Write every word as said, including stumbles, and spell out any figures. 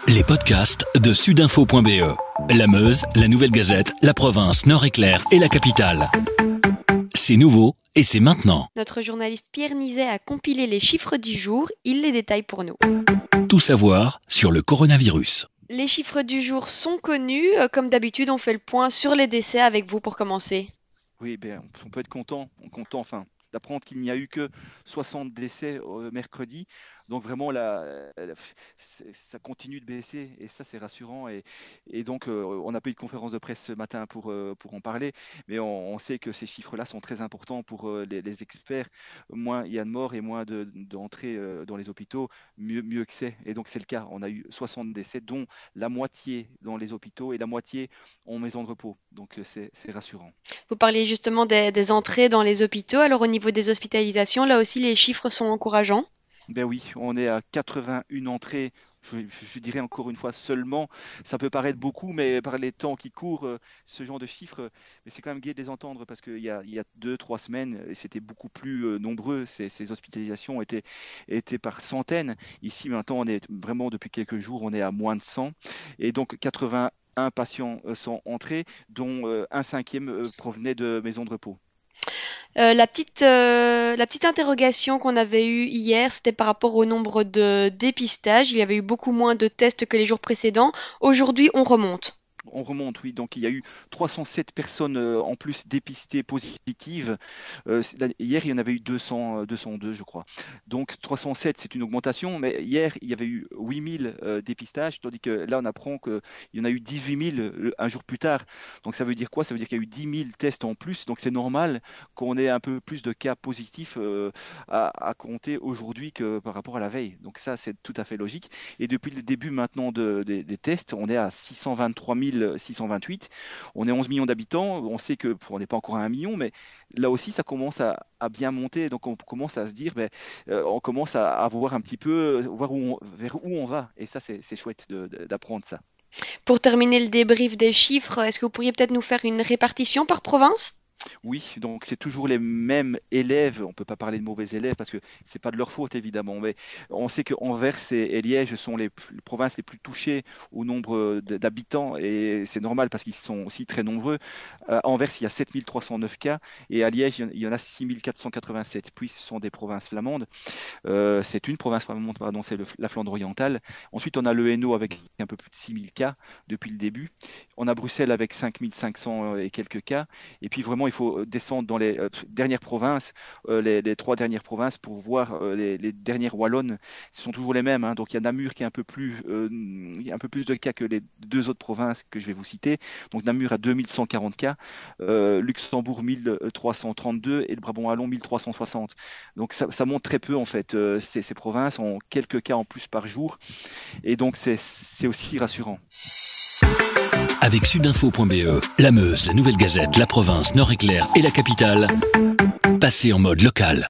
Les podcasts de sudinfo point b e. La Meuse, la Nouvelle Gazette, la province Nord-Éclair et la capitale. C'est nouveau et c'est maintenant. Notre journaliste Pierre Nizet a compilé les chiffres du jour. Il les détaille pour nous. Tout savoir sur le coronavirus. Les chiffres du jour sont connus. Comme d'habitude, on fait le point sur les décès avec vous pour commencer. Oui, ben, on peut être content, on content enfin, d'apprendre qu'il n'y a eu que soixante décès euh, mercredi. Donc vraiment, la, la, ça continue de baisser et ça, c'est rassurant. Et, et donc, euh, on n'a pas eu de conférence de presse ce matin pour, euh, pour en parler, mais on, on sait que ces chiffres-là sont très importants pour euh, les, les experts. Moins il y a de morts et moins de, d'entrées euh, dans les hôpitaux, mieux, mieux que c'est. Et donc, c'est le cas. On a eu soixante décès, dont la moitié dans les hôpitaux et la moitié en maison de repos. Donc, c'est, c'est rassurant. Vous parliez justement des, des entrées dans les hôpitaux. Alors, au niveau des hospitalisations, là aussi, les chiffres sont encourageants. Ben oui, on est à quatre-vingt-une entrées, je, je dirais encore une fois seulement. Ça peut paraître beaucoup, mais par les temps qui courent, ce genre de chiffres, mais c'est quand même gai de les entendre parce qu'il y a, il y a deux, trois semaines, c'était beaucoup plus nombreux. Ces, ces hospitalisations étaient, étaient par centaines. Ici, maintenant, on est vraiment depuis quelques jours, on est à moins de cent. Et donc, quatre-vingt-un patients sont entrés, dont un cinquième provenait de maisons de repos. Euh, la petite, euh, la petite interrogation qu'on avait eue hier, c'était par rapport au nombre de dépistages. Il y avait eu beaucoup moins de tests que les jours précédents. Aujourd'hui, on remonte. On remonte, oui. Donc, il y a eu trois cent sept personnes euh, en plus dépistées positives. Euh, hier, il y en avait eu deux cents, deux cent deux, je crois. Donc, trois cent sept, c'est une augmentation. Mais hier, il y avait eu huit mille euh, dépistages, tandis que là, on apprend qu'il y en a eu dix-huit mille un jour plus tard. Donc, ça veut dire quoi? Ça veut dire qu'il y a eu dix mille tests en plus. Donc, c'est normal qu'on ait un peu plus de cas positifs euh, à, à compter aujourd'hui que par rapport à la veille. Donc, ça, c'est tout à fait logique. Et depuis le début maintenant de, de, des tests, on est à six cent vingt-trois mille six cent vingt-huit. On est onze millions d'habitants. On sait que on n'est pas encore à un million, mais là aussi, ça commence à, à bien monter. Donc, on commence à se dire, ben, euh, on commence à, à voir un petit peu, voir où on, vers où on va. Et ça, c'est, c'est chouette de, de, d'apprendre ça. Pour terminer le débrief des chiffres, est-ce que vous pourriez peut-être nous faire une répartition par province ? Oui, donc c'est toujours les mêmes élèves. On ne peut pas parler de mauvais élèves parce que c'est pas de leur faute évidemment. Mais on sait que Anvers et, et Liège sont les, les provinces les plus touchées au nombre d'habitants et c'est normal parce qu'ils sont aussi très nombreux. À Anvers, il y a sept mille trois cent neuf cas et à Liège, il y en a six mille quatre cent quatre-vingt-sept. Puis ce sont des provinces flamandes. Euh, c'est une province flamande, pardon, c'est le, la Flandre orientale. Ensuite, on a le Hainaut avec un peu plus de six mille cas depuis le début. On a Bruxelles avec cinq mille cinq cents et quelques cas. Et puis vraiment, il faut descendre dans les euh, dernières provinces, euh, les, les trois dernières provinces pour voir euh, les, les dernières wallonnes. Ce sont toujours les mêmes. Hein. Donc il y a Namur qui est un peu plus, euh, il y a un peu plus de cas que les deux autres provinces que je vais vous citer. Donc Namur a deux mille cent quarante cas, euh, Luxembourg mille trois cent trente-deux et le Brabant wallon mille trois cent soixante. Donc ça, ça monte très peu en fait. Euh, ces, ces provinces ont quelques cas en plus par jour et donc c'est, c'est aussi rassurant. Avec sudinfo point b e, la Meuse, la Nouvelle Gazette, la province Nord-Éclair et la capitale, passez en mode local.